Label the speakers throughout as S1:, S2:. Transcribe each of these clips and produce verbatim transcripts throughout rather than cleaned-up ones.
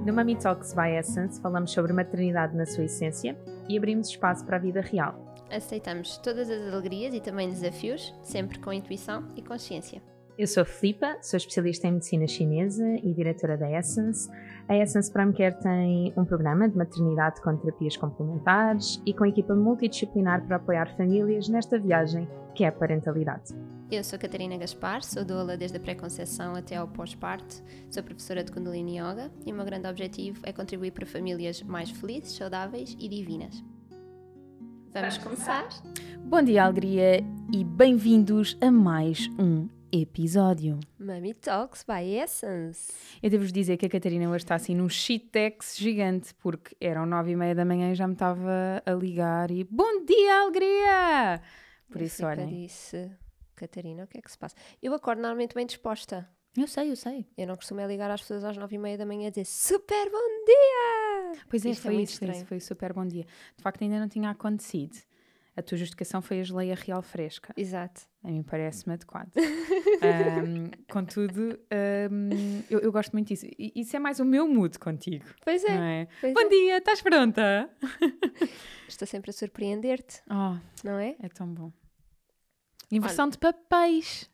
S1: No Mummy Talks by Essence falamos sobre maternidade na sua essência e abrimos espaço para a vida real.
S2: Aceitamos todas as alegrias e também desafios, sempre com intuição e consciência.
S1: Eu sou a Filipa, sou especialista em medicina chinesa e diretora da Essence. A Essence Prime Care tem um programa de maternidade com terapias complementares e com equipa multidisciplinar para apoiar famílias nesta viagem que é a parentalidade.
S2: Eu sou Catarina Gaspar, sou doula desde a pré-conceição até ao pós-parto, sou professora de Kundalini Yoga e o meu grande objetivo é contribuir para famílias mais felizes, saudáveis e divinas. Vamos começar?
S3: Bom dia, alegria, e bem-vindos a mais um episódio.
S2: Mummy Talks by Essence.
S3: Eu devo-vos dizer que a Catarina hoje está assim num shit-tex gigante, porque eram nove e meia da manhã e já me estava a ligar e bom dia, alegria! Por
S2: Eu
S3: isso, olhem.
S2: disse, Catarina, o que é que se passa? Eu acordo normalmente bem disposta.
S3: Eu sei, eu sei.
S2: Eu não costumo é ligar às pessoas às nove e meia da manhã e dizer super bom dia!
S3: Pois é,
S2: Isto é
S3: foi
S2: muito
S3: isso, foi
S2: estranho.
S3: isso, foi super bom dia. De facto, ainda não tinha acontecido. A tua justificação foi a geleia real fresca.
S2: Exato.
S3: A mim parece-me adequado. um, contudo, um, eu, eu gosto muito disso. E isso é mais o meu mood contigo.
S2: Pois é.
S3: Não é?
S2: Pois
S3: Bom
S2: é.
S3: dia, estás pronta?
S2: Estou sempre a surpreender-te,
S3: Oh,
S2: não é?
S3: é tão bom. Inversão de papéis.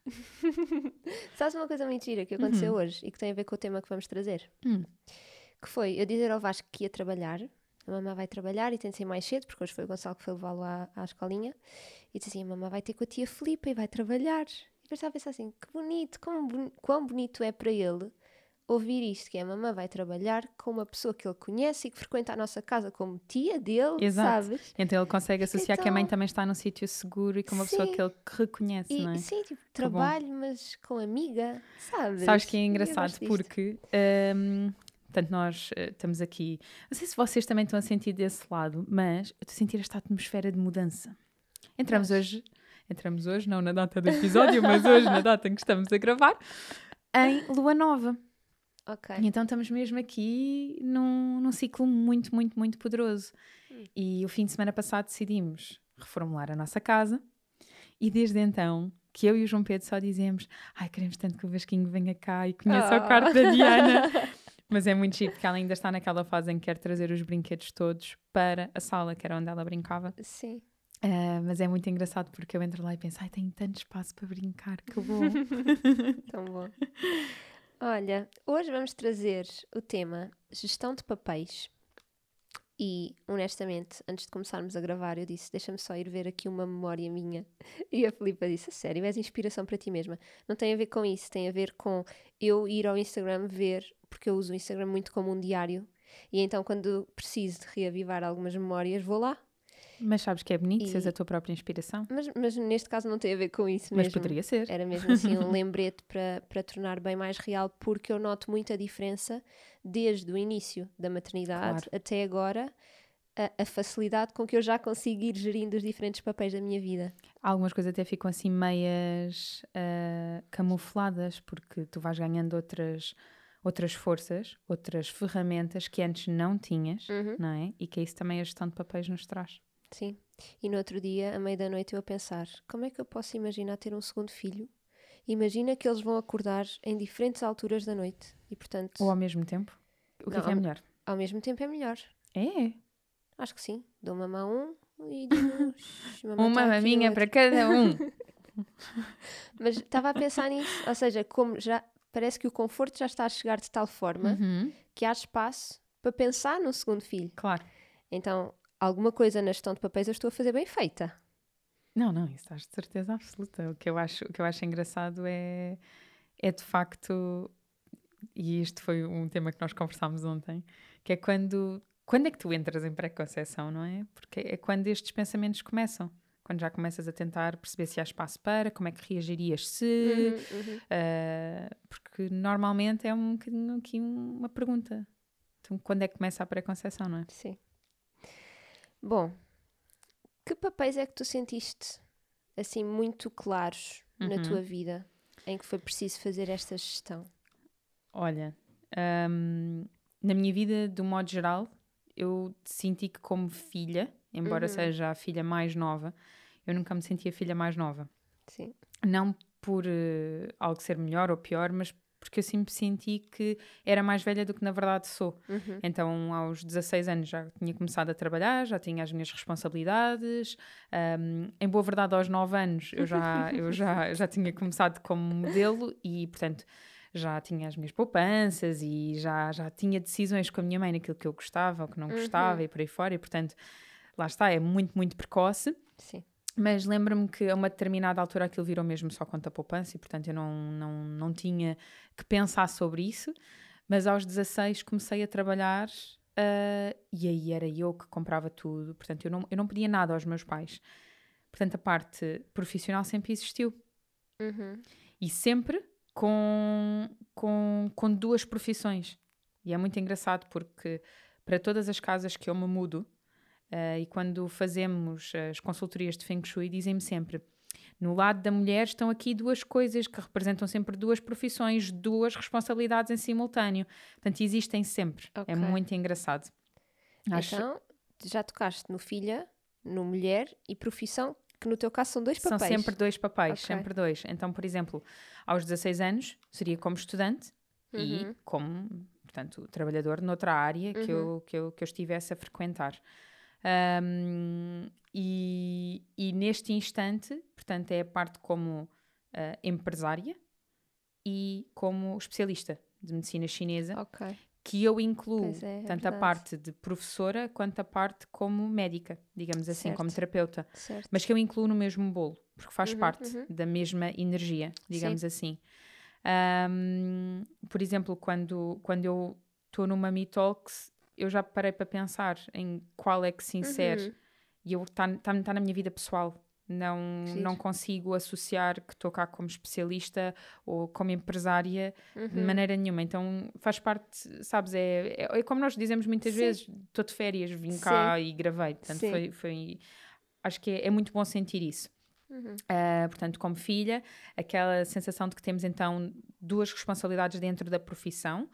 S2: Sabes uma coisa muito gira que aconteceu
S3: Uhum.
S2: hoje e que tem a ver com o tema que vamos trazer?
S3: Hum.
S2: Que foi eu dizer ao Vasco que ia trabalhar, a mamãe vai trabalhar e tem de ser mais cedo, porque hoje foi o Gonçalo que foi levá-lo à, à escolinha, e disse assim, a mamãe vai ter com a tia Filipa e vai trabalhar. E depois estava a pensar assim, que bonito, como boni- quão bonito é para ele ouvir isto, que é a mamãe vai trabalhar com uma pessoa que ele conhece e que frequenta a nossa casa como tia dele,
S3: Exato.
S2: sabes?
S3: Então ele consegue associar que a mãe
S2: Então-
S3: também está num sítio seguro e com uma pessoa
S2: Sim.
S3: que ele reconhece,
S2: E
S3: não é?
S2: sim, tipo,
S3: bom.
S2: trabalho, mas com amiga, sabes?
S3: Sabes que é
S2: Eu
S3: engraçado
S2: gosto disto.
S3: porque, hum, portanto, nós uh, estamos aqui. Não sei se vocês também estão a sentir desse lado, mas eu estou a sentir esta atmosfera de mudança. Entramos
S2: Mas-
S3: hoje, entramos hoje, não na data do episódio, mas hoje na data em que estamos a gravar, em Lua Nova.
S2: Ok.
S3: E então estamos mesmo aqui num, num ciclo muito, muito, muito poderoso.
S2: Hum.
S3: E o fim de semana passado decidimos reformular a nossa casa e desde então que eu e o João Pedro só dizemos ai, queremos tanto que o Vasquinho venha cá e conheça
S2: Ah.
S3: o quarto da Diana. Mas é muito chique porque ela ainda está naquela fase em que quer trazer os brinquedos todos para a sala, que era onde ela brincava.
S2: Sim.
S3: Ah, mas é muito engraçado porque eu entro lá e penso ai, tenho tanto espaço para brincar, que bom.
S2: Tão bom. Olha, hoje vamos trazer o tema gestão de papéis. E, honestamente, antes de começarmos a gravar, eu disse, deixa-me só ir ver aqui uma memória minha. E a Filipa disse, a sério, és inspiração para ti mesma. Não tem a ver com isso, tem a ver com eu ir ao Instagram ver, porque eu uso o Instagram muito como um diário. E então, quando preciso de reavivar algumas memórias, vou lá.
S3: Mas sabes que é bonito
S2: E-
S3: seres a tua própria inspiração?
S2: Mas, mas neste caso não tem a ver com isso
S3: Mas
S2: mesmo.
S3: poderia ser.
S2: Era mesmo assim um lembrete para, para tornar bem mais real, porque eu noto muita diferença desde o início da maternidade
S3: Claro.
S2: até agora, a, a facilidade com que eu já consigo ir gerindo os diferentes papéis da minha vida.
S3: Algumas coisas até ficam assim meias ah, camufladas, porque tu vais ganhando outras, outras forças, outras ferramentas que antes não tinhas,
S2: Uhum.
S3: não é? E que isso também a gestão de papéis nos traz.
S2: Sim. E no outro dia, à meia da noite, eu a pensar, como é que eu posso imaginar ter um segundo filho? Imagina que eles vão acordar em diferentes alturas da noite. E, portanto,
S3: Ou ao mesmo tempo. O que
S2: Não,
S3: é que é
S2: ao-
S3: melhor?
S2: ao mesmo tempo é melhor.
S3: É.
S2: Acho que sim. Dou mamã a um e digo mamã
S3: Uma
S2: tá aqui,
S3: maminha
S2: outro.
S3: para cada um.
S2: Mas estava a pensar nisso, ou seja, como já parece que o conforto já está a chegar de tal forma
S3: Uhum.
S2: que há espaço para pensar no segundo filho.
S3: Claro.
S2: Então, alguma coisa na gestão de papéis eu estou a fazer bem feita.
S3: Não, não, isso estás de certeza absoluta. O que eu acho, o que eu acho engraçado é, é de facto, e isto foi um tema que nós conversámos ontem, que é quando, quando é que tu entras em pré-conceição, não é? Porque é quando estes pensamentos começam. Quando já começas a tentar perceber se há espaço para, como é que reagirias se...
S2: Uhum, uhum.
S3: Uh, porque normalmente é um bocadinho aqui uma pergunta. Então, quando é que começa a pré-conceição, não é?
S2: Sim. Bom, que papéis é que tu sentiste assim muito claros na
S3: Uhum.
S2: tua vida em que foi preciso fazer esta gestão?
S3: Olha, hum, na minha vida, de um modo geral, eu senti que como filha, embora
S2: Uhum.
S3: seja a filha mais nova, eu nunca me senti a filha mais nova.
S2: Sim.
S3: Não por uh, algo ser melhor ou pior, mas porque eu sempre senti que era mais velha do que na verdade sou.
S2: Uhum.
S3: Então, aos dezasseis anos já tinha começado a trabalhar, já tinha as minhas responsabilidades. Um, em boa verdade, aos nove anos eu já, eu já, já tinha começado como modelo e, portanto, já tinha as minhas poupanças e já, já tinha decisões com a minha mãe naquilo que eu gostava ou que não gostava, uhum. e por aí fora. E, portanto, lá está, é muito, muito precoce.
S2: Sim.
S3: Mas lembro-me que a uma determinada altura aquilo virou mesmo só conta poupança e, portanto, eu não, não, não tinha que pensar sobre isso. Mas aos dezasseis comecei a trabalhar uh, e aí era eu que comprava tudo. Portanto, eu não, eu não pedia nada aos meus pais. Portanto, a parte profissional sempre existiu.
S2: Uhum.
S3: E sempre com, com, com duas profissões. E é muito engraçado porque para todas as casas que eu me mudo, Uh, e quando fazemos as consultorias de Feng Shui, dizem-me sempre, no lado da mulher estão aqui duas coisas que representam sempre duas profissões, duas responsabilidades em simultâneo. Portanto, existem sempre. Okay. É muito engraçado.
S2: Acho... Então, já tocaste no filha, no mulher e profissão, que no teu caso são dois papéis.
S3: São sempre dois papéis,
S2: okay.
S3: sempre dois. Então, por exemplo, aos dezasseis anos seria como estudante uhum. e como, portanto, trabalhador noutra área uhum. que, eu, que, eu, que eu estivesse a frequentar. Um, e, e neste instante, portanto, é a parte como uh, empresária e como especialista de medicina chinesa,
S2: okay.
S3: que eu incluo
S2: é,
S3: tanto
S2: é
S3: a parte de professora quanto a parte como médica, digamos assim,
S2: certo.
S3: como terapeuta,
S2: certo.
S3: mas que eu incluo no mesmo bolo, porque faz
S2: uhum,
S3: parte
S2: uhum.
S3: da mesma energia, digamos
S2: Sim.
S3: assim. Um, por exemplo, quando, quando eu estou numa Me Talks, eu já parei para pensar em qual é que se insere uhum. e eu está tá, tá na minha vida pessoal. Não, não consigo associar que estou cá como especialista ou como empresária uhum. de maneira nenhuma. Então faz parte, sabes, é, é, é como nós dizemos muitas Sim. vezes, estou de férias, vim Sim. cá e gravei. Portanto, foi, foi, acho que é, é muito bom sentir isso.
S2: Uhum.
S3: Uh, portanto, como filha, aquela sensação de que temos então duas responsabilidades dentro da profissão.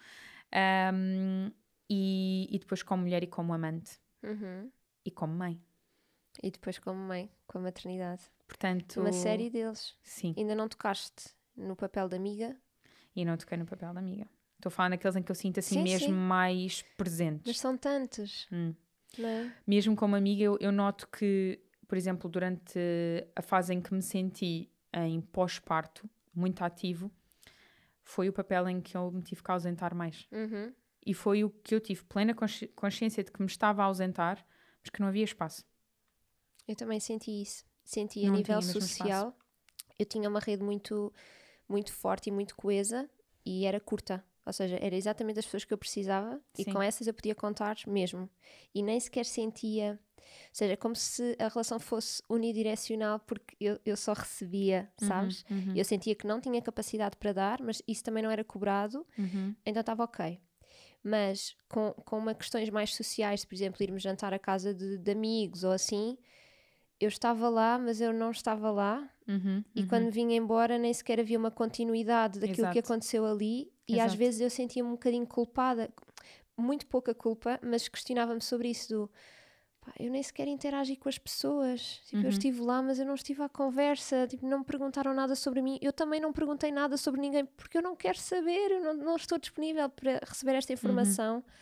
S3: Um, E, e depois como mulher e como amante.
S2: Uhum.
S3: E como mãe.
S2: E depois como mãe, com a maternidade.
S3: Portanto...
S2: Uma série deles.
S3: Sim.
S2: Ainda não tocaste no papel de amiga?
S3: E não toquei no papel de amiga. Estou a falar naqueles em que eu sinto assim
S2: sim,
S3: mesmo
S2: sim.
S3: mais presentes.
S2: Mas são tantos.
S3: Hum.
S2: Não é?
S3: Mesmo como amiga, eu, eu noto que, por exemplo, durante a fase em que me senti em pós-parto, muito ativo, foi o papel em que eu me tive que ausentar mais.
S2: Uhum.
S3: E foi o que eu tive plena consci- consciência de que me estava a ausentar, mas que não havia espaço.
S2: Eu também senti isso. Senti
S3: não
S2: a nível
S3: tinha
S2: social.
S3: Espaço.
S2: Eu tinha uma rede muito, muito forte e muito coesa e era curta. Ou seja, era exatamente as pessoas que eu precisava Sim. e com essas eu podia contar mesmo. E nem sequer sentia... Ou seja, como se a relação fosse unidirecional porque eu, eu só recebia, sabes?
S3: Uhum, uhum.
S2: Eu sentia que não tinha capacidade para dar, mas isso também não era cobrado.
S3: Uhum.
S2: Então estava ok. Mas com, com uma questões mais sociais, por exemplo, irmos jantar à casa de, de amigos ou assim, eu estava lá, mas eu não estava lá.
S3: Uhum,
S2: e
S3: uhum.
S2: quando vinha embora nem sequer havia uma continuidade daquilo
S3: Exato.
S2: que aconteceu ali. E
S3: Exato.
S2: às vezes eu sentia-me um bocadinho culpada, muito pouca culpa, mas questionava-me sobre isso do... Pá, eu nem sequer interagi com as pessoas. Tipo,
S3: uhum.
S2: eu estive lá, mas eu não estive à conversa. Tipo, não me perguntaram nada sobre mim. Eu também não perguntei nada sobre ninguém, porque eu não quero saber. Eu não, não estou disponível para receber esta informação. Uhum.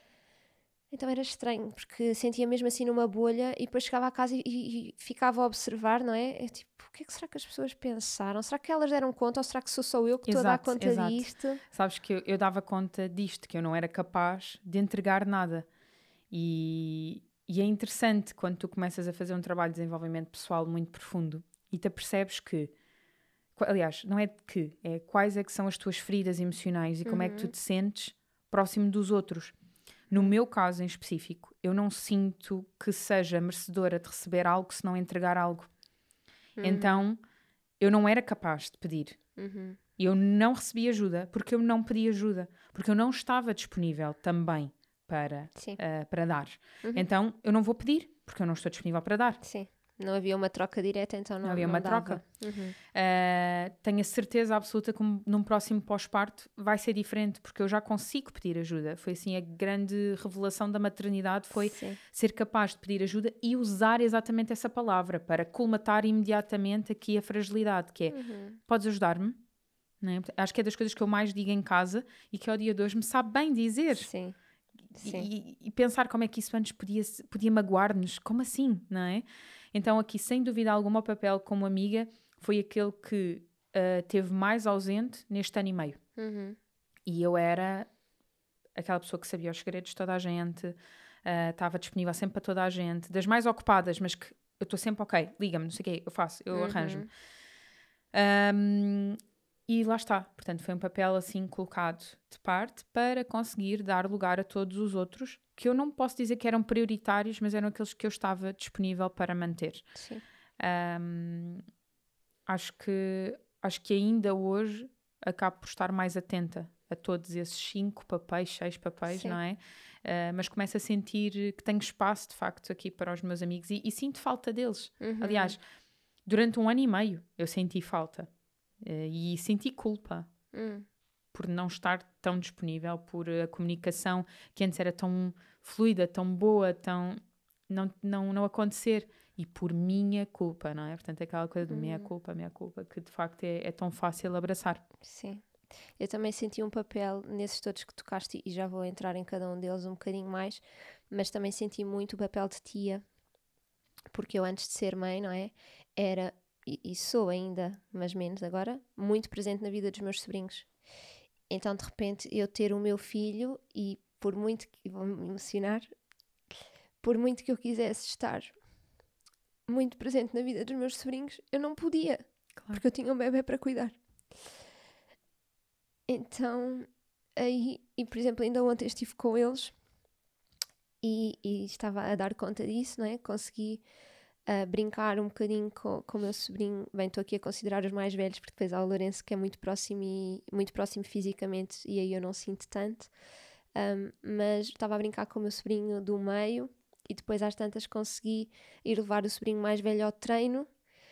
S2: Então era estranho, porque sentia mesmo assim numa bolha e depois chegava a casa e, e, e ficava a observar, não é? É tipo, o que é que será que as pessoas pensaram? Será que elas deram conta ou será que sou só eu que estou a dar conta
S3: exato.
S2: disto?
S3: Sabes que eu, eu dava conta disto, que eu não era capaz de entregar nada. E... E é interessante quando tu começas a fazer um trabalho de desenvolvimento pessoal muito profundo e te apercebes que, aliás, não é de que, é quais é que são as tuas feridas emocionais e como
S2: uhum.
S3: é que tu te sentes próximo dos outros. No meu caso em específico, eu não sinto que seja merecedora de receber algo se não entregar algo.
S2: Uhum.
S3: Então, eu não era capaz de pedir.
S2: Uhum.
S3: Eu não recebi ajuda porque eu não pedi ajuda, porque eu não estava disponível também para, uh, para dar.
S2: Uhum.
S3: Então, eu não vou pedir, porque eu não estou disponível para dar.
S2: Sim. Não havia uma troca direta, então não,
S3: não havia
S2: não
S3: uma
S2: dava.
S3: troca.
S2: Uhum.
S3: Uh, tenho a certeza absoluta que num próximo pós-parto vai ser diferente, porque eu já consigo pedir ajuda. Foi assim a grande revelação da maternidade, foi
S2: Sim.
S3: ser capaz de pedir ajuda e usar exatamente essa palavra para colmatar imediatamente aqui a fragilidade, que é,
S2: uhum.
S3: podes ajudar-me? Não é? Acho que é das coisas que eu mais digo em casa e que ao dia de hoje me sabe bem dizer.
S2: Sim. Sim.
S3: E, e pensar como é que isso antes podia, podia magoar-nos. Como assim, não é? Então aqui, sem dúvida alguma, o papel como amiga foi aquele que uh, teve mais ausente neste ano e meio.
S2: Uhum.
S3: E eu era aquela pessoa que sabia os segredos de toda a gente, estava uh, disponível sempre para toda a gente, das mais ocupadas, mas que eu estou sempre ok, liga-me, não sei o quê, eu faço, eu
S2: uhum.
S3: arranjo-me. Um, e lá está, portanto foi um papel assim colocado de parte para conseguir dar lugar a todos os outros, que eu não posso dizer que eram prioritários, mas eram aqueles que eu estava disponível para manter.
S2: Sim. Um,
S3: acho que, acho que ainda hoje acabo por estar mais atenta a todos esses cinco papéis, seis papéis, Sim. não é? Uh, mas começo a sentir que tenho espaço, de facto, aqui para os meus amigos e, e sinto falta deles.
S2: Uhum.
S3: Aliás, durante um ano e meio eu senti falta uh, e senti culpa
S2: uhum.
S3: por não estar tão disponível, por a comunicação que antes era tão fluida, tão boa, tão... não, não, não acontecer. E por minha culpa, não é? Portanto, aquela coisa do uhum. minha culpa, minha culpa, que de facto é, é tão fácil abraçar.
S2: Sim. Eu também senti um papel nesses todos que tocaste e já vou entrar em cada um deles um bocadinho mais, mas também senti muito o papel de tia, porque eu antes de ser mãe, não é? Era, e, e sou ainda, mas menos agora, muito presente na vida dos meus sobrinhos. Então, de repente, eu ter o meu filho e por muito que, vou-me emocionar, por muito que eu quisesse estar muito presente na vida dos meus sobrinhos, eu não podia, claro. Porque eu tinha um bebê para cuidar. Então, aí, e por exemplo, ainda ontem estive com eles e, e estava a dar conta disso, não é? Consegui uh, brincar um bocadinho com, com o meu sobrinho. Bem, estou aqui a considerar os mais velhos, porque depois há o Lourenço que é muito próximo, e, muito próximo fisicamente, e aí eu não sinto tanto. Um, mas estava a brincar com o meu sobrinho do meio e depois às tantas consegui ir levar o sobrinho mais velho ao treino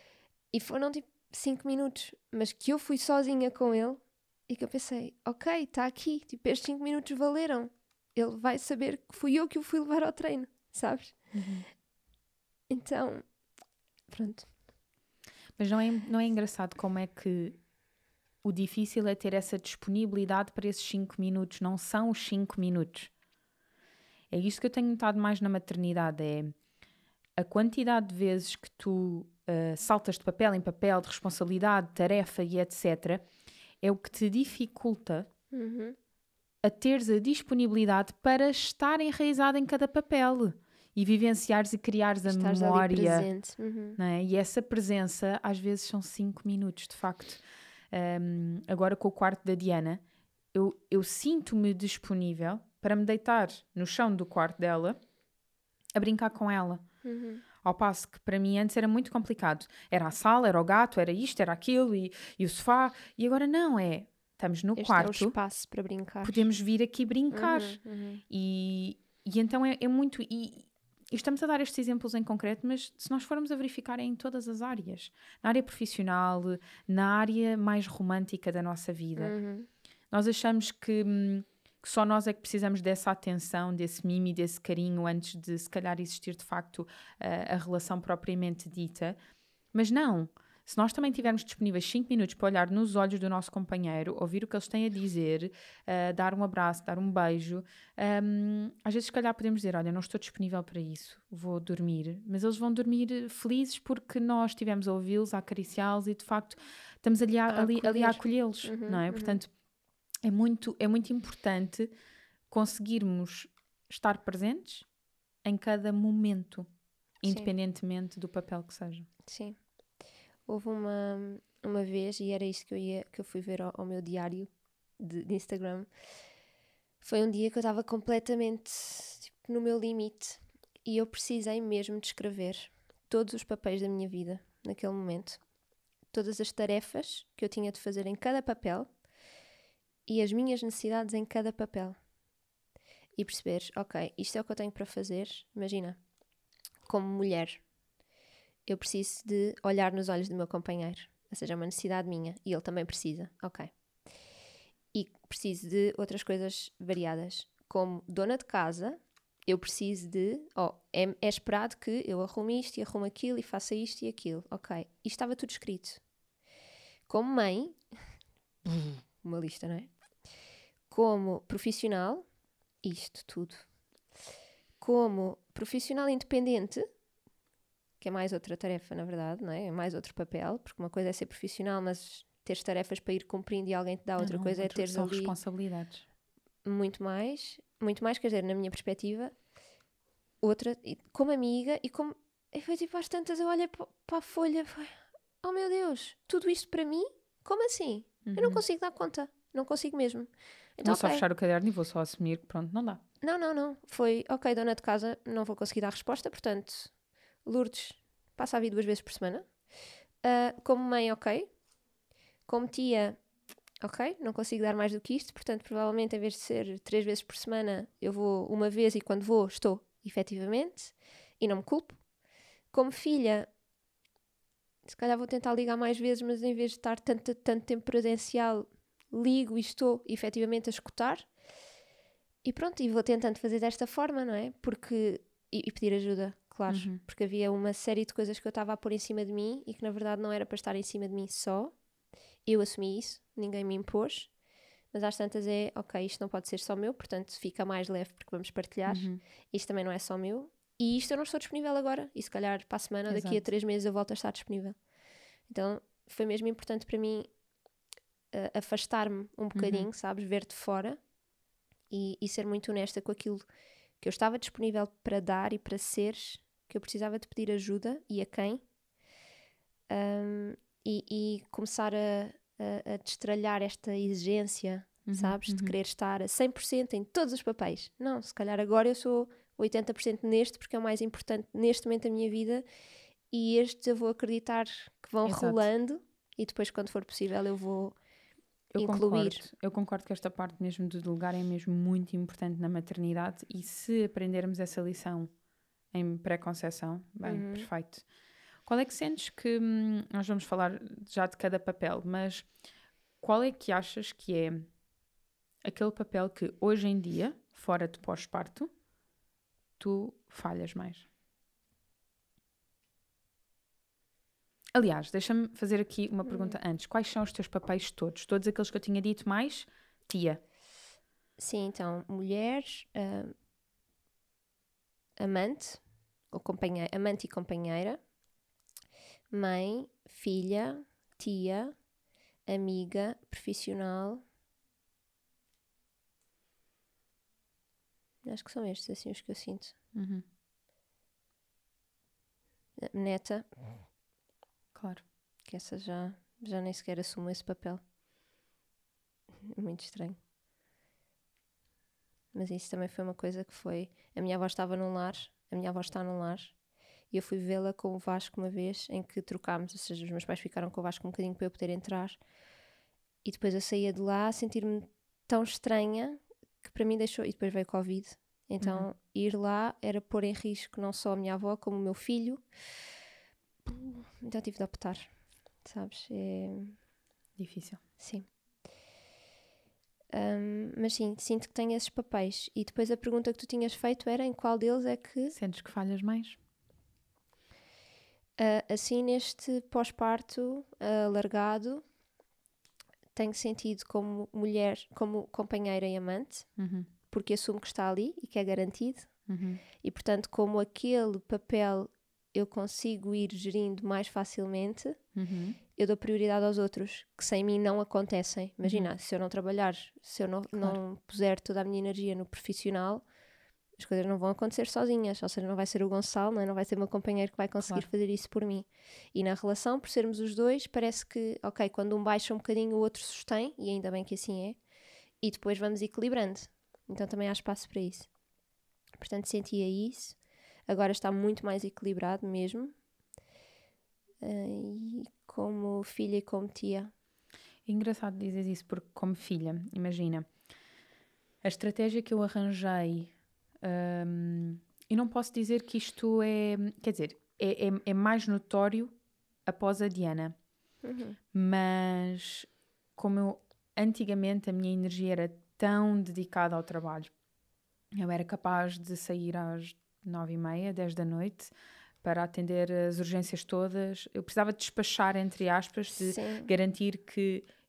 S2: e foram tipo cinco minutos, mas que eu fui sozinha com ele. E que eu pensei, ok, está aqui, tipo, estes cinco minutos valeram. Ele vai saber que fui eu que o fui levar ao treino, sabes?
S3: Uhum.
S2: Então, pronto.
S3: Mas não é, não é engraçado como é que o difícil é ter essa disponibilidade para esses cinco minutos, não são os cinco minutos. É isto que eu tenho notado mais na maternidade, é a quantidade de vezes que tu uh, saltas de papel em papel, de responsabilidade, de tarefa e etcétera, é o que te dificulta
S2: uhum.
S3: a teres a disponibilidade para estar enraizado em cada papel e vivenciares e criares a
S2: Estás
S3: memória.
S2: Ali presente. Uhum.
S3: Não é? E essa presença às vezes são cinco minutos, de facto. Um, agora com o quarto da Diana, eu, eu sinto-me disponível para me deitar no chão do quarto dela a brincar com ela.
S2: Uhum.
S3: Ao passo que para mim antes era muito complicado. Era a sala, era o gato, era isto, era aquilo e, e o sofá. E agora não, é... Estamos no
S2: este
S3: quarto.
S2: É o espaço para brincar.
S3: Podemos vir aqui brincar.
S2: Uhum, uhum.
S3: E, e então é, é muito... E, e estamos a dar estes exemplos em concreto, mas se nós formos a verificar é em todas as áreas. Na área profissional, na área mais romântica da nossa vida.
S2: Uhum.
S3: Nós achamos que... Hum, que só nós é que precisamos dessa atenção, desse mimo e desse carinho antes de, se calhar, existir, de facto, a, a relação propriamente dita. Mas não. Se nós também tivermos disponíveis cinco minutos para olhar nos olhos do nosso companheiro, ouvir o que eles têm a dizer, uh, dar um abraço, dar um beijo, um, às vezes, se calhar, podemos dizer, olha, não estou disponível para isso, vou dormir. Mas eles vão dormir felizes porque nós estivemos a ouvi-los, a acariciá-los e, de facto, estamos ali a,
S2: a
S3: ali, ali a acolhê-los,
S2: uhum,
S3: não é?
S2: Uhum.
S3: Portanto, É muito, é muito importante conseguirmos estar presentes em cada momento,
S2: Sim.
S3: independentemente do papel que seja.
S2: Sim. Houve uma, uma vez, e era isto que eu, ia, que eu fui ver ao, ao meu diário de, de Instagram, foi um dia que eu estava completamente tipo, no meu limite e eu precisei mesmo de escrever todos os papéis da minha vida naquele momento. Todas as tarefas que eu tinha de fazer em cada papel e as minhas necessidades em cada papel. E perceberes, ok, isto é o que eu tenho para fazer. Imagina, como mulher, eu preciso de olhar nos olhos do meu companheiro. Ou seja, é uma necessidade minha. E ele também precisa, ok. E preciso de outras coisas variadas. Como dona de casa, eu preciso de... Oh, é, é esperado que eu arrume isto e arrume aquilo e faça isto e aquilo. Ok, isto estava tudo escrito. Como mãe... uma lista, não é? Como profissional, isto tudo. Como profissional independente, que é mais outra tarefa, na verdade, não é? É mais outro papel, porque uma coisa é ser profissional, mas teres tarefas para ir cumprindo e alguém te dá, outra
S3: não,
S2: coisa
S3: outro,
S2: é teres
S3: são
S2: ali
S3: responsabilidades.
S2: muito mais, muito mais, quer dizer, na minha perspectiva, outra, como amiga e como, e foi tipo às tantas eu olhei para a folha, foi, oh meu Deus, tudo isto para mim? Como assim?
S3: Uhum.
S2: Eu não consigo dar conta, não consigo mesmo. Então,
S3: vou só
S2: okay.
S3: fechar o caderno e vou só assumir que pronto, não dá.
S2: Não, não, não, foi, ok, dona de casa, não vou conseguir dar resposta, portanto, Lourdes, passa a vir duas vezes por semana. Uh, como mãe, ok. Como tia, ok, não consigo dar mais do que isto, portanto, provavelmente, em vez de ser três vezes por semana, eu vou uma vez e quando vou, estou efetivamente, e não me culpo. Como filha, se calhar vou tentar ligar mais vezes, mas em vez de estar tanto, tanto tempo presencial, ligo e estou efetivamente a escutar. E pronto, e vou tentando fazer desta forma, não é? Porque, e, e pedir ajuda, claro,
S3: Uhum.
S2: porque havia uma série de coisas que eu estava a pôr em cima de mim e que na verdade não era para estar em cima de mim só. Eu assumi isso, ninguém me impôs, mas às tantas é, ok, isto não pode ser só meu, portanto fica mais leve porque vamos partilhar.
S3: Uhum.
S2: Isto também não é só meu. E isto eu não estou disponível agora. E se calhar para a semana ou daqui
S3: Exato.
S2: a três meses eu volto a estar disponível. Então foi mesmo importante para mim uh, afastar-me um bocadinho,
S3: uhum.
S2: sabes? Ver de fora e, e ser muito honesta com aquilo que eu estava disponível para dar e para ser, que eu precisava de pedir ajuda e a quem. Um, e, e começar a, a, a destralhar esta exigência,
S3: uhum.
S2: sabes?
S3: Uhum.
S2: De querer estar a cem por cento em todos os papéis. Não, se calhar agora eu sou oitenta por cento neste, porque é o mais importante neste momento da minha vida, e estes eu vou acreditar que vão
S3: Exato.
S2: rolando, e depois, quando for possível, eu vou
S3: eu
S2: incluir.
S3: Concordo. Eu concordo que esta parte mesmo de delegar é mesmo muito importante na maternidade, e se aprendermos essa lição em pré-conceição, bem,
S2: Uhum.
S3: perfeito. Qual é que sentes que, hum, nós vamos falar já de cada papel, mas qual é que achas que é aquele papel que hoje em dia, fora de pós-parto, tu falhas mais? Aliás, deixa-me fazer aqui uma pergunta
S2: Uhum.
S3: antes. Quais são os teus papéis todos? Todos aqueles que eu tinha dito mais tia?
S2: Sim, então, mulher, uh, amante, ou companheira, amante e companheira, mãe, filha, tia, amiga, profissional. Acho que são estes assim os que eu sinto.
S3: Uhum.
S2: Neta.
S3: Claro.
S2: Que essa já, já nem sequer assumo esse papel. Muito estranho. Mas isso também foi uma coisa que foi... A minha avó estava num lar, a minha avó está num lar, e eu fui vê-la com o Vasco uma vez, em que trocámos, ou seja, os meus pais ficaram com o Vasco um bocadinho para eu poder entrar, e depois eu saía de lá a sentir-me tão estranha, que para mim deixou... E depois veio Covid. Então, uhum. ir lá era pôr em risco não só a minha avó, como o meu filho. Então tive de optar, sabes? É...
S3: Difícil.
S2: Sim. Um, mas sim, sinto que tenho esses papéis. E depois a pergunta que tu tinhas feito era em qual deles é que...
S3: Sentes que falhas mais?
S2: Uh, assim, neste pós-parto uh, alargado, tenho sentido como mulher, como companheira e amante,
S3: uhum.
S2: porque assumo que está ali e que é garantido.
S3: Uhum.
S2: E, portanto, como aquele papel eu consigo ir gerindo mais facilmente,
S3: uhum.
S2: eu dou prioridade aos outros, que sem mim não acontecem. Imagina, uhum. se eu não trabalhar, se eu não, claro. não puser toda a minha energia no profissional, as coisas não vão acontecer sozinhas. Ou seja, não vai ser o Gonçalo, não, é? Não vai ser o meu companheiro que vai conseguir claro. fazer isso por mim. E na relação, por sermos os dois, parece que, ok, quando um baixa um bocadinho, o outro sustém, e ainda bem que assim é, e depois vamos equilibrando. Então também há espaço para isso. Portanto, sentia isso. Agora está muito mais equilibrado mesmo. Uh, e como filha e como tia.
S3: É engraçado dizer isso, porque como filha, imagina, a estratégia que eu arranjei, um, e não posso dizer que isto é, quer dizer, é, é, é mais notório após a Diana,
S2: uhum.
S3: mas como eu, antigamente a minha energia era tão dedicada ao trabalho, eu era capaz de sair às nove e meia, dez da noite, para atender as urgências todas. Eu precisava despachar, entre aspas, de Sim. garantir que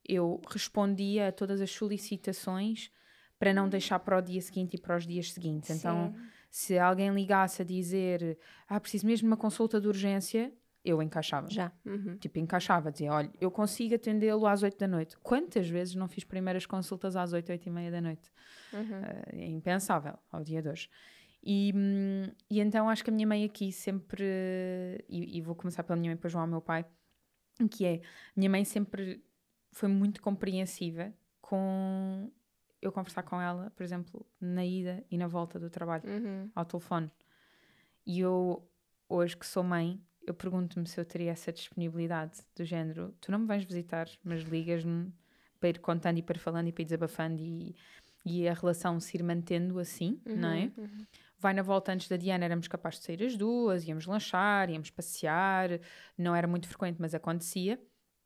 S3: eu respondia a todas as solicitações para não deixar para o dia seguinte e para os dias seguintes. Então,
S2: Sim.
S3: se alguém ligasse a dizer, ah, preciso mesmo de uma consulta de urgência, eu encaixava.
S2: Já. Uhum.
S3: Tipo, encaixava, dizia, olha, eu consigo atendê-lo às oito da noite. Quantas vezes não fiz primeiras consultas às oito, oito e meia da noite?
S2: Uhum.
S3: Uh, é impensável ao dia de hoje. E, hum, e então acho que a minha mãe aqui sempre, e, e vou começar pela minha mãe, depois vou ao meu pai, que é, minha mãe sempre foi muito compreensiva com eu conversar com ela, por exemplo, na ida e na volta do trabalho,
S2: Uhum.
S3: ao telefone. E eu, hoje que sou mãe, eu pergunto-me se eu teria essa disponibilidade do género, tu não me vais visitar, mas ligas-me para ir contando e para ir falando e para ir desabafando e, e a relação se ir mantendo assim,
S2: Uhum.
S3: não é?
S2: Uhum.
S3: Vai na volta antes da Diana, éramos capazes de sair as duas, íamos lanchar, íamos passear, não era muito frequente, mas acontecia.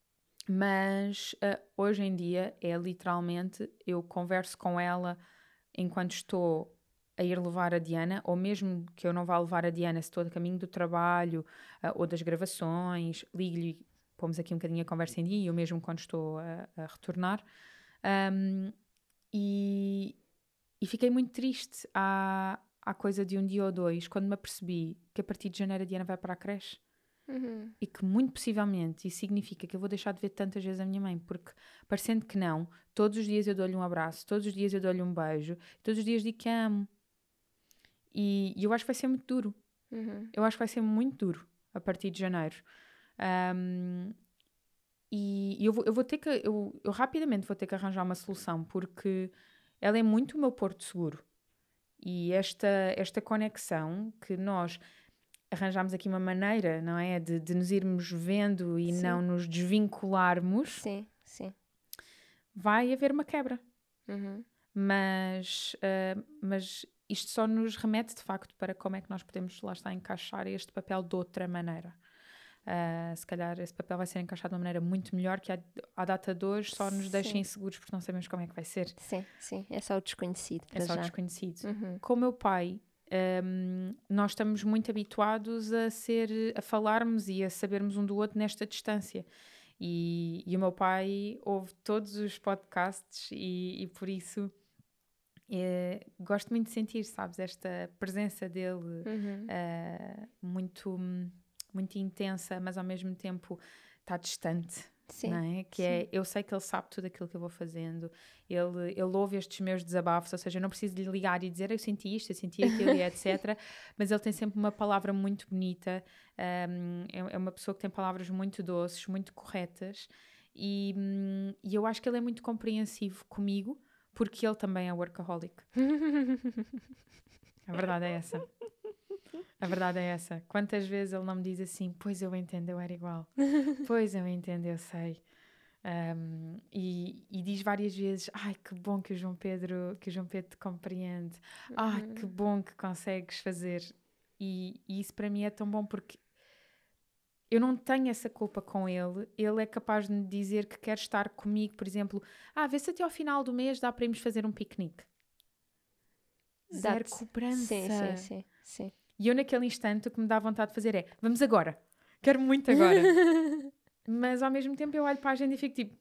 S3: Mas uh, hoje em dia é literalmente, eu converso com ela enquanto estou a ir levar a Diana, ou mesmo que eu não vá levar a Diana, se estou a caminho do trabalho uh, ou das gravações, ligo-lhe, pomos aqui um bocadinho a conversa em dia, eu mesmo quando estou a, a retornar. Um, e, e fiquei muito triste há, há coisa de um dia ou dois, quando me apercebi que a partir de janeiro a Diana vai para a creche.
S2: Uhum.
S3: E que muito possivelmente isso significa que eu vou deixar de ver tantas vezes a minha mãe, porque parecendo que não, todos os dias eu dou-lhe um abraço, todos os dias eu dou-lhe um beijo, todos os dias digo que a amo. E, e eu acho que vai ser muito duro.
S2: Uhum.
S3: Eu acho que vai ser muito duro a partir de janeiro. Um, e eu vou, eu vou ter que, eu, eu rapidamente vou ter que arranjar uma solução, porque ela é muito o meu porto seguro. E esta, esta conexão que nós arranjámos aqui uma maneira, não é? De, de nos irmos vendo e
S2: Sim.
S3: não nos desvincularmos,
S2: Sim, sim.
S3: vai haver uma quebra.
S2: Uhum.
S3: Mas, uh, mas isto só nos remete, de facto, para como é que nós podemos, lá está, encaixar este papel de outra maneira. Uh, se calhar esse papel vai ser encaixado de uma maneira muito melhor que à, à data de hoje só nos deixa
S2: Sim.
S3: inseguros porque não sabemos como é que vai ser.
S2: Sim, sim. É só o desconhecido.
S3: É só
S2: já.
S3: o desconhecido.
S2: Uhum.
S3: Com o meu pai, um, nós estamos muito habituados a ser, a falarmos e a sabermos um do outro nesta distância. E, e o meu pai ouve todos os podcasts e, e por isso é, gosto muito de sentir, sabes, esta presença dele
S2: Uhum.
S3: uh, muito, muito intensa, mas ao mesmo tempo está distante.
S2: Sim,
S3: não é? Que
S2: sim.
S3: é, eu sei que ele sabe tudo aquilo que eu vou fazendo, ele, ele ouve estes meus desabafos, ou seja, eu não preciso lhe ligar e dizer eu senti isto, eu senti aquilo e etcétera. Mas ele tem sempre uma palavra muito bonita, um, é, é uma pessoa que tem palavras muito doces, muito corretas, e, um, e eu acho que ele é muito compreensivo comigo, porque ele também é workaholic. A verdade é essa. A verdade é essa. Quantas vezes ele não me diz assim, pois eu entendo, eu era igual. Pois eu entendo, eu sei. Um, e, e diz várias vezes, ai, que bom que o João Pedro, que o João Pedro te compreende. Uhum. Ai, que bom que consegues fazer. E, e isso para mim é tão bom porque eu não tenho essa culpa com ele. Ele é capaz de me dizer que quer estar comigo, por exemplo, ah, vê se até ao final do mês dá para irmos fazer um piquenique. Zero cobrança.
S2: Sim, sim, sim, sim.
S3: E eu naquele instante o que me dá vontade de fazer é, vamos agora. Quero muito agora. Mas ao mesmo tempo eu olho para a agenda e fico tipo,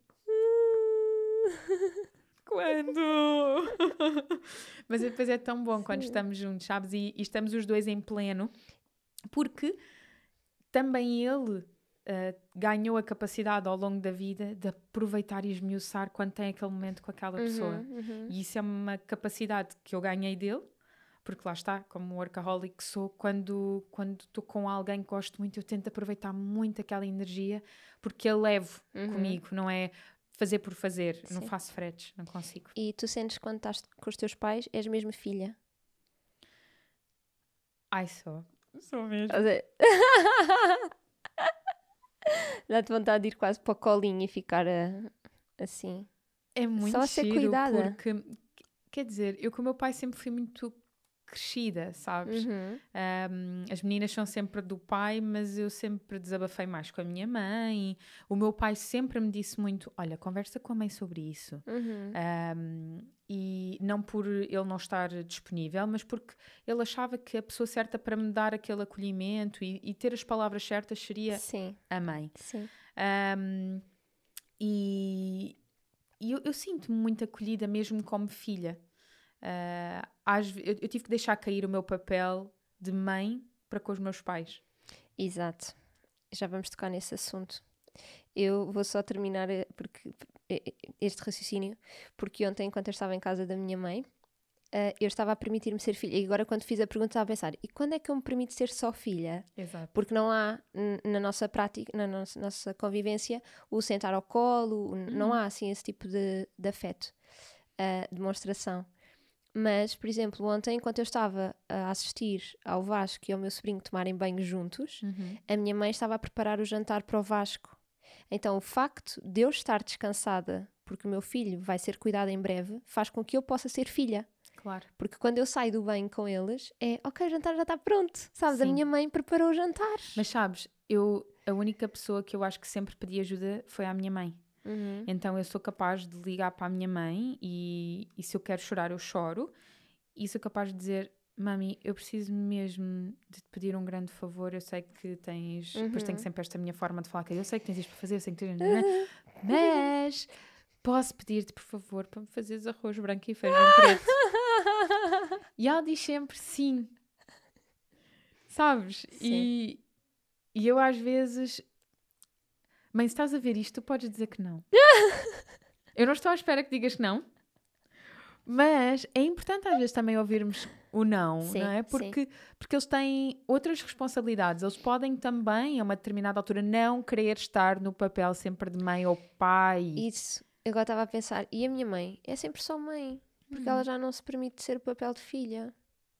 S3: quando? Mas depois é tão bom quando estamos juntos, sabes? E, e estamos os dois em pleno, porque também ele uh, ganhou a capacidade ao longo da vida de aproveitar e esmiuçar quando tem aquele momento com aquela pessoa.
S2: Uhum, uhum.
S3: E isso é uma capacidade que eu ganhei dele, porque lá está, como workaholic que sou, quando quando estou com alguém que gosto muito, eu tento aproveitar muito aquela energia, porque eu levo
S2: Uhum.
S3: comigo, não é fazer por fazer,
S2: Sim.
S3: não faço fretes, não consigo.
S2: E tu sentes quando estás com os teus pais, és mesmo filha?
S3: Ai, sou. Sou mesmo.
S2: Dá-te vontade de ir quase para o colinho e ficar uh, assim.
S3: É muito
S2: Só a ser
S3: giro,
S2: cuidada.
S3: porque, quer dizer, eu com o meu pai sempre fui muito crescida, sabes?
S2: Uhum.
S3: Um, as meninas são sempre do pai, mas eu sempre desabafei mais com a minha mãe. O meu pai sempre me disse muito, olha, conversa com a mãe sobre isso.
S2: Uhum.
S3: Um, e não por ele não estar disponível, mas porque ele achava que a pessoa certa para me dar aquele acolhimento e, e ter as palavras certas seria
S2: Sim.
S3: a mãe.
S2: Sim.
S3: Um, e, eu, eu sinto-me muito acolhida mesmo como filha. Uh, às, eu, eu tive que deixar cair o meu papel de mãe para com os meus pais.
S2: Exato. Já vamos tocar nesse assunto. Eu vou só terminar porque, este raciocínio, porque ontem, enquanto eu estava em casa da minha mãe, uh, eu estava a permitir-me ser filha. E agora, quando fiz a pergunta, estava a pensar, e quando é que eu me permito ser só filha?
S3: Exato.
S2: Porque não há, na nossa prática, na nossa, nossa convivência, o sentar ao colo, uhum. não há, assim, esse tipo de, de afeto, uh, demonstração. Mas, por exemplo, ontem, enquanto eu estava a assistir ao Vasco e ao meu sobrinho tomarem banho juntos,
S3: uhum.
S2: a minha mãe estava a preparar o jantar para o Vasco. Então, o facto de eu estar descansada, porque o meu filho vai ser cuidado em breve, faz com que eu possa ser filha.
S3: Claro.
S2: Porque quando eu saio do banho com eles, é, ok, o jantar já está pronto. Sabes,
S3: Sim.
S2: a minha mãe preparou o jantar.
S3: Mas sabes, eu, a única pessoa que eu acho que sempre pedi ajuda foi a minha mãe.
S2: Uhum.
S3: Então eu sou capaz de ligar para a minha mãe e, e se eu quero chorar eu choro e sou capaz de dizer, mami, eu preciso mesmo de te pedir um grande favor, eu sei que tens,
S2: uhum.
S3: depois tenho sempre esta minha forma de falar, que eu sei que tens isto para fazer, eu sei que tens, uhum. mas posso pedir-te por favor para me fazeres arroz branco e feijão preto. E ela diz sempre sim, sabes? E, e eu às vezes... Mãe, se estás a ver isto, tu podes dizer que não. Eu não estou à espera que digas que não, mas é importante às vezes também ouvirmos o não,
S2: sim,
S3: não é? Porque, porque eles têm outras responsabilidades. Eles podem também, a uma determinada altura, não querer estar no papel sempre de mãe ou pai.
S2: Isso. Eu agora estava a pensar, e a minha mãe? É sempre só mãe, porque hum. ela já não se permite ser o papel de filha.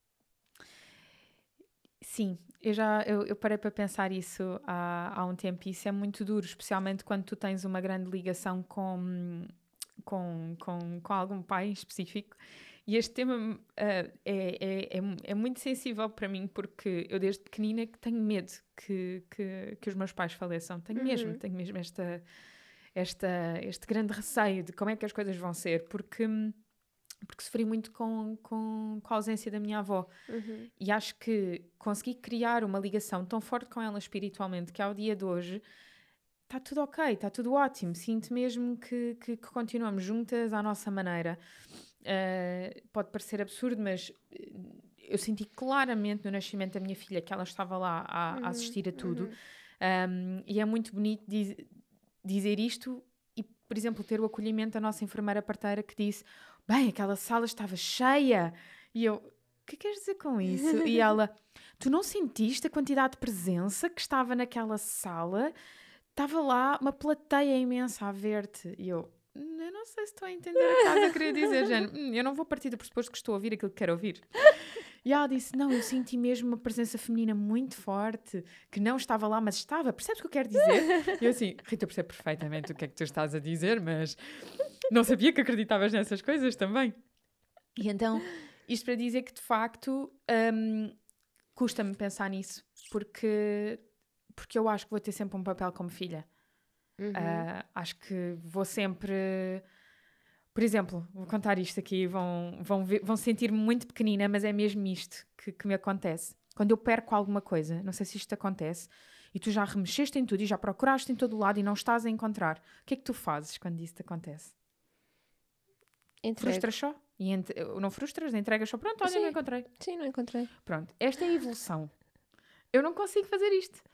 S3: Sim, eu já eu, eu parei para pensar isso há, há um tempo e isso é muito duro, especialmente quando tu tens uma grande ligação com, com, com, com algum pai em específico. E este tema uh, é, é, é, é muito sensível para mim porque eu desde pequenina que tenho medo que, que, que os meus pais faleçam. Tenho uhum. mesmo, tenho mesmo esta, esta, este grande receio de como é que as coisas vão ser, porque... porque sofri muito com, com, com a ausência da minha avó.
S2: Uhum.
S3: E acho que consegui criar uma ligação tão forte com ela espiritualmente que ao dia de hoje está tudo ok, está tudo ótimo. Sinto mesmo que, que, que continuamos juntas à nossa maneira. Uh, pode parecer absurdo, mas eu senti claramente no nascimento da minha filha que ela estava lá a,
S2: uhum.
S3: a assistir a tudo.
S2: Uhum.
S3: Um, e é muito bonito diz, dizer isto e, por exemplo, ter o acolhimento da nossa enfermeira parteira que disse: bem, aquela sala estava cheia. E eu, o que queres dizer com isso? E ela, tu não sentiste a quantidade de presença que estava naquela sala? Estava lá uma plateia imensa a ver-te. E eu, eu não sei se estou a entender o que estás a querer dizer, Jane. Hum, eu não vou partir do pressuposto que estou a ouvir aquilo que quero ouvir. E ela disse, não, eu senti mesmo uma presença feminina muito forte, que não estava lá, mas estava. Percebes o que eu quero dizer? E eu assim, Rita, percebo perfeitamente o que é que tu estás a dizer, mas... não sabia que acreditavas nessas coisas também. E então, isto para dizer que, de facto, um, custa-me pensar nisso, porque, porque eu acho que vou ter sempre um papel como filha.
S2: Uhum.
S3: Uh, acho que vou sempre... Por exemplo, vou contar isto aqui, vão, vão, ver, vão sentir-me muito pequenina, mas é mesmo isto que, que me acontece. Quando eu perco alguma coisa, não sei se isto acontece, e tu já remexeste em tudo e já procuraste em todo o lado e não estás a encontrar, o que é que tu fazes quando isso te acontece?
S2: Entrego.
S3: Frustras só? E ent- não frustras, entregas só. Pronto, olha,
S2: Sim.
S3: não encontrei.
S2: Sim, não encontrei.
S3: Pronto, esta é a evolução. Eu não consigo fazer isto.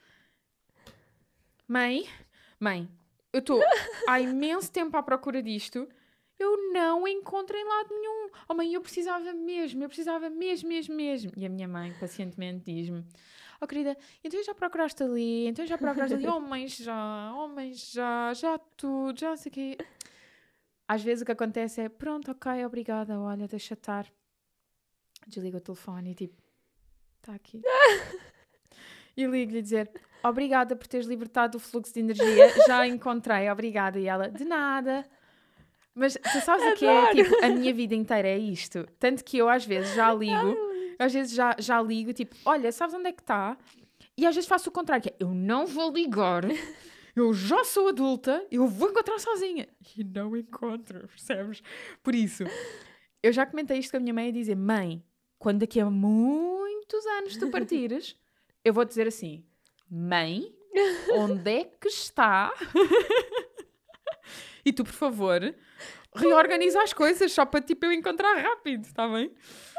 S3: Mãe, mãe, eu estou há imenso tempo à procura disto, eu não encontro em lado nenhum. Oh mãe, eu precisava mesmo, eu precisava mesmo, mesmo, mesmo. E a minha mãe pacientemente diz-me, oh querida, então já procuraste ali, então já procuraste ali, oh mãe, já, oh mãe, já, já tudo, já sei o quê. Às vezes o que acontece é, pronto, ok, obrigada, olha, deixa estar. Desliga o telefone e tipo, está aqui. E ligo-lhe dizer, obrigada por teres libertado o fluxo de energia, já encontrei, obrigada. E ela, de nada. Mas tu sabes o que é? Tipo, a minha vida inteira é isto. Tanto que eu às vezes já ligo, às vezes já, já ligo, tipo, olha, sabes onde é que está? E às vezes faço o contrário, que é, eu não vou ligar, eu já sou adulta, eu vou encontrar sozinha. E não encontro, percebes? Por isso, eu já comentei isto com a minha mãe a dizer, mãe, quando daqui a muitos anos tu partires, eu vou dizer assim, mãe, onde é que está? E tu, por favor, reorganiza as coisas só para tipo, eu encontrar rápido, está bem?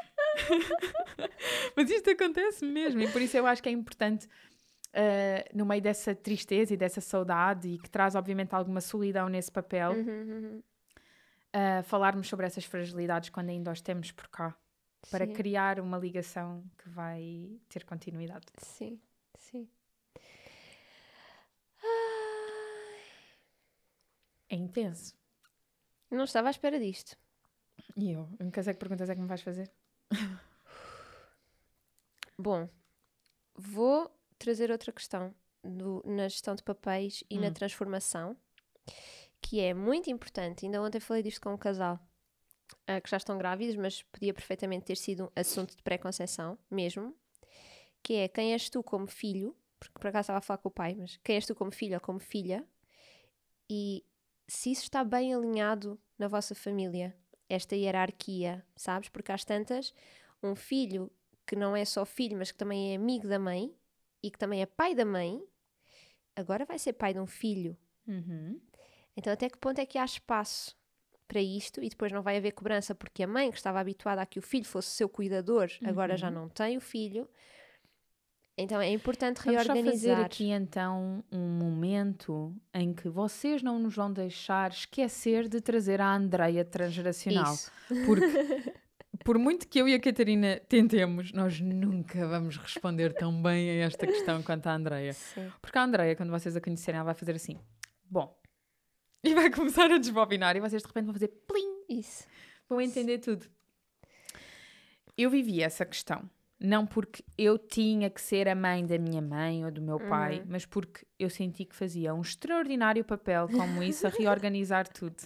S3: Mas isto acontece mesmo e por isso eu acho que é importante uh, no meio dessa tristeza e dessa saudade e que traz obviamente alguma solidão nesse papel
S2: Uhum, uhum.
S3: Uh, falarmos sobre essas fragilidades quando ainda os temos por cá para
S2: Sim.
S3: criar uma ligação que vai ter continuidade.
S2: Sim, sim.
S3: É intenso.
S2: Não estava à espera disto.
S3: E eu? Em que perguntas é que me vais fazer?
S2: Bom, vou trazer outra questão do, na gestão de papéis e
S3: hum.
S2: na transformação, que é muito importante. Ainda ontem falei disto com um casal uh, que já estão grávidos, mas podia perfeitamente ter sido um assunto de pré-conceição mesmo, que é quem és tu como filho, porque por acaso estava a falar com o pai, mas quem és tu como filho ou como filha, e se isso está bem alinhado na vossa família, esta hierarquia, sabes? Porque às tantas, um filho que não é só filho, mas que também é amigo da mãe e que também é pai da mãe, agora vai ser pai de um filho.
S3: Uhum.
S2: Então até que ponto é que há espaço para isto e depois não vai haver cobrança porque a mãe que estava habituada a que o filho fosse seu cuidador,
S3: uhum.
S2: agora já não tem o filho. Então é importante
S3: Vamos
S2: reorganizar.
S3: só fazer aqui então um momento em que vocês não nos vão deixar esquecer de trazer a Andreia transgeracional.
S2: Isso.
S3: Porque por muito que eu e a Catarina tentemos, nós nunca vamos responder tão bem a esta questão quanto a Andreia.
S2: Sim.
S3: Porque a Andreia, quando vocês a conhecerem, ela vai fazer assim, bom, e vai começar a desbobinar e vocês de repente vão fazer plim.
S2: Isso.
S3: Vão entender tudo. Eu vivi essa questão. Não porque eu tinha que ser a mãe da minha mãe ou do meu pai,
S2: uhum.
S3: mas porque eu senti que fazia um extraordinário papel como isso a reorganizar tudo.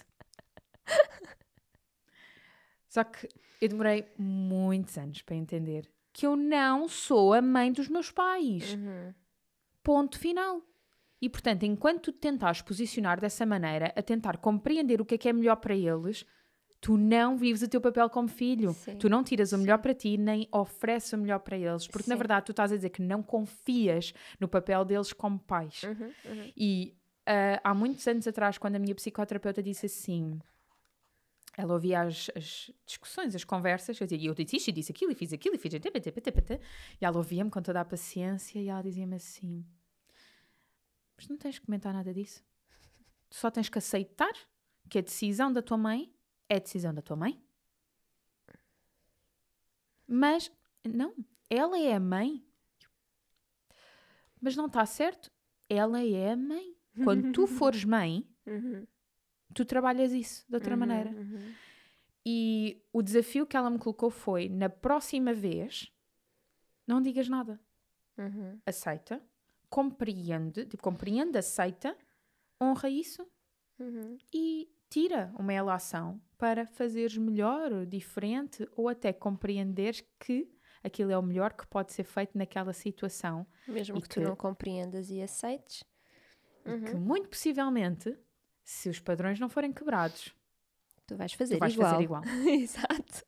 S3: Só que eu demorei muitos anos para entender que eu não sou a mãe dos meus pais.
S2: Uhum.
S3: Ponto final. E, portanto, enquanto tu te tentares posicionar dessa maneira, a tentar compreender o que é que é melhor para eles, tu não vives o teu papel como filho.
S2: Sim.
S3: Tu não tiras o melhor
S2: Sim.
S3: para ti, nem ofereces o melhor para eles. Porque,
S2: Sim.
S3: na verdade, tu estás a dizer que não confias no papel deles como pais.
S2: Uhum. Uhum.
S3: E uh, há muitos anos atrás, quando a minha psicoterapeuta disse assim... Ela ouvia as, as discussões, as conversas, eu dizia, eu disse isto, e disse aquilo, e fiz aquilo, e fiz... E ela ouvia-me com toda a paciência e ela dizia-me assim... Mas não tens que comentar nada disso. Tu só tens que aceitar que a decisão da tua mãe é a decisão da tua mãe. Mas, não, ela é a mãe. Mas não está certo. Ela é a mãe. Quando tu fores mãe,
S2: Uhum.
S3: tu trabalhas isso de outra
S2: Uhum.
S3: maneira.
S2: Uhum.
S3: E o desafio que ela me colocou foi, na próxima vez, não digas nada.
S2: Uhum.
S3: Aceita. Compreende, tipo, compreende, aceita, honra isso
S2: Uhum.
S3: e tira uma relação para fazeres melhor, diferente ou até compreenderes que aquilo é o melhor que pode ser feito naquela situação.
S2: Mesmo
S3: e
S2: que, que tu não compreendas e aceites. Uhum.
S3: E que muito possivelmente, se os padrões não forem quebrados,
S2: tu vais fazer
S3: tu vais
S2: igual.
S3: fazer igual.
S2: Exato.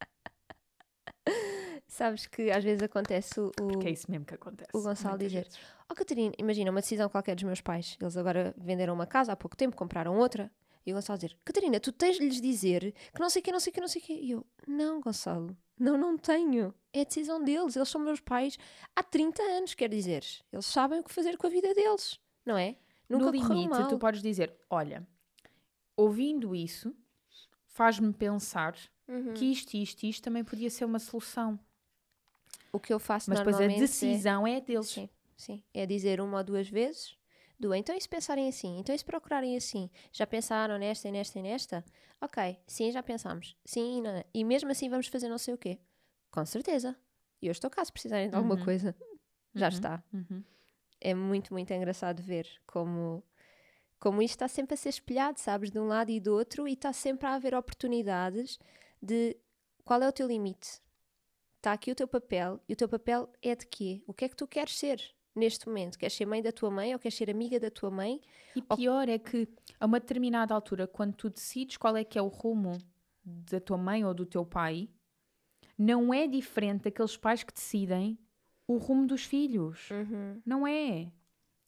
S2: Sabes que às vezes acontece o...
S3: Porque é isso mesmo que acontece.
S2: O Gonçalo dizer,
S3: vezes.
S2: oh Catarina, imagina uma decisão qualquer dos meus pais. Eles agora venderam uma casa há pouco tempo, compraram outra. E o Gonçalo dizer, Catarina, tu tens de lhes dizer que não sei o que, não sei o que, não sei o que. E eu, não Gonçalo, não, não tenho. É a decisão deles. Eles são meus pais há trinta anos, quer dizer. Eles sabem o que fazer com a vida deles, não é? Nunca
S3: no limite,
S2: mal.
S3: tu podes dizer, olha, ouvindo isso, faz-me pensar
S2: uhum.
S3: que isto, isto, isto também podia ser uma solução.
S2: O que eu faço
S3: Mas
S2: normalmente
S3: depois a decisão é, é deles.
S2: Sim, sim. É dizer uma ou duas vezes do então e se pensarem assim, então e se procurarem assim, já pensaram nesta e nesta e nesta? Ok, sim, já pensámos. Sim, não, não. E mesmo assim vamos fazer não sei o quê. Com certeza. E eu estou cá se precisarem de alguma
S3: uhum.
S2: coisa. Já
S3: uhum.
S2: está.
S3: Uhum.
S2: É muito, muito engraçado ver como, como isto está sempre a ser espelhado, sabes, de um lado e do outro, e está sempre a haver oportunidades de qual é o teu limite. Está aqui o teu papel, e o teu papel é de quê? O que é que tu queres ser neste momento? Queres ser mãe da tua mãe ou queres ser amiga da tua mãe?
S3: E pior é que a uma determinada altura, quando tu decides qual é que é o rumo da tua mãe ou do teu pai, não é diferente daqueles pais que decidem o rumo dos filhos.
S2: Uhum.
S3: Não é.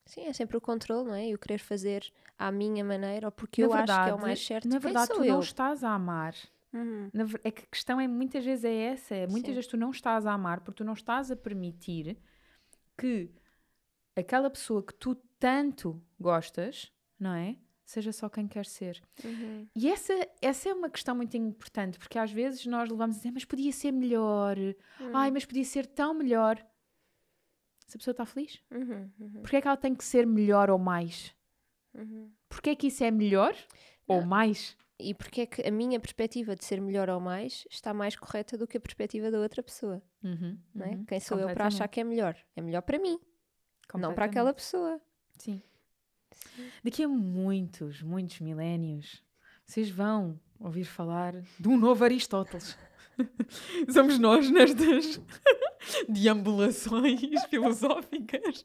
S2: Sim, é sempre o controle, não é? E o querer fazer à minha maneira ou porque
S3: Na
S2: eu
S3: verdade,
S2: acho que é o mais certo.
S3: Na
S2: Quem
S3: verdade,
S2: sou
S3: tu
S2: eu?
S3: não estás a amar.
S2: Uhum.
S3: Na ver- é que a questão é, muitas vezes é essa. É, muitas
S2: Sim.
S3: vezes tu não estás a amar porque tu não estás a permitir que aquela pessoa que tu tanto gostas, não é? Seja só quem quer ser.
S2: Uhum.
S3: E essa, essa é uma questão muito importante, porque às vezes nós levamos a dizer, mas podia ser melhor.
S2: Uhum.
S3: Ai, mas podia ser tão melhor. Se a pessoa está feliz,
S2: Uhum. Uhum.
S3: porquê é que ela tem que ser melhor ou mais?
S2: Uhum.
S3: Porquê é que isso é melhor ou
S2: Não.
S3: mais?
S2: E porque é que a minha perspectiva de ser melhor ou mais está mais correta do que a perspectiva da outra pessoa,
S3: Uhum,
S2: não é?
S3: uhum,
S2: Quem sou eu para achar que é melhor? É melhor para mim, não para aquela pessoa.
S3: Sim. Daqui a muitos, muitos milénios, vocês vão ouvir falar de um novo Aristóteles. Somos nós nestas deambulações filosóficas.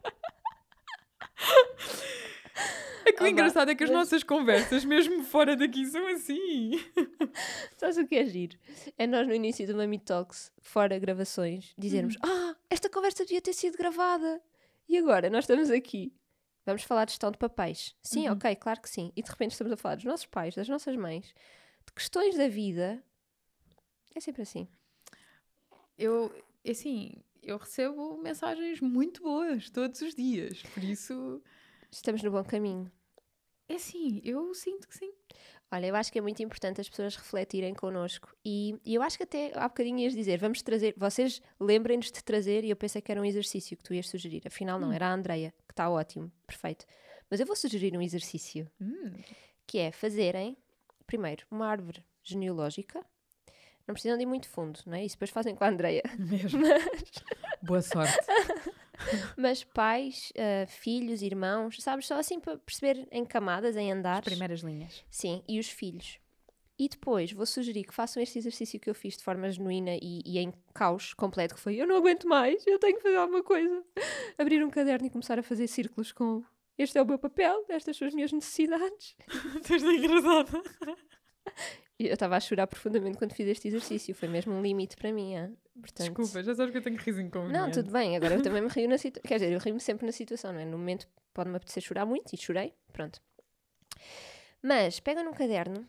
S3: É que o
S2: Oba,
S3: engraçado é que as
S2: mas-
S3: nossas conversas, mesmo fora daqui, são assim.
S2: Sabes o que é giro? É nós no início do Mami Talks, fora gravações, dizermos ah, esta conversa devia ter sido gravada. E agora, nós estamos aqui. Vamos falar de gestão de papéis. Sim,
S3: Uhum.
S2: ok, claro que sim. E de repente estamos a falar dos nossos pais, das nossas mães, de questões da vida. É sempre assim.
S3: Eu, assim, eu recebo mensagens muito boas todos os dias, por isso,
S2: Estamos no bom caminho.
S3: é assim, eu sinto que sim.
S2: Olha, eu acho que é muito importante as pessoas refletirem connosco e, e eu acho que até há bocadinho ias dizer, vamos trazer, vocês lembrem-nos de trazer, e eu pensei que era um exercício que tu ias sugerir, afinal não,
S3: Hum.
S2: era a Andreia, que está ótimo, perfeito. Mas eu vou sugerir um exercício,
S3: Hum,
S2: que é fazerem, primeiro, uma árvore genealógica, não precisam de ir muito fundo, não é? Isso depois fazem com a Andreia.
S3: mesmo. Boa sorte.
S2: Mas pais, ah, filhos, irmãos, sabes, só assim para perceber em camadas, em
S3: As
S2: andares.
S3: primeiras linhas.
S2: Sim, e os filhos. E depois vou sugerir que façam este exercício que eu fiz de forma genuína e, e em caos completo, que foi, eu não aguento mais, eu tenho que fazer alguma coisa. Abrir um caderno e começar a fazer círculos com, este é o meu papel, estas são as minhas necessidades.
S3: Estás engraçada.
S2: E eu estava a chorar profundamente quando fiz este exercício, foi mesmo um limite para mim. É? Portanto,
S3: Desculpa, já sabes que eu tenho riso inconveniente.
S2: não, tudo bem, agora eu também me rio na situação, quer dizer, eu rio-me sempre na situação, não é? No momento pode-me apetecer chorar muito, e chorei, pronto. Mas pegam num caderno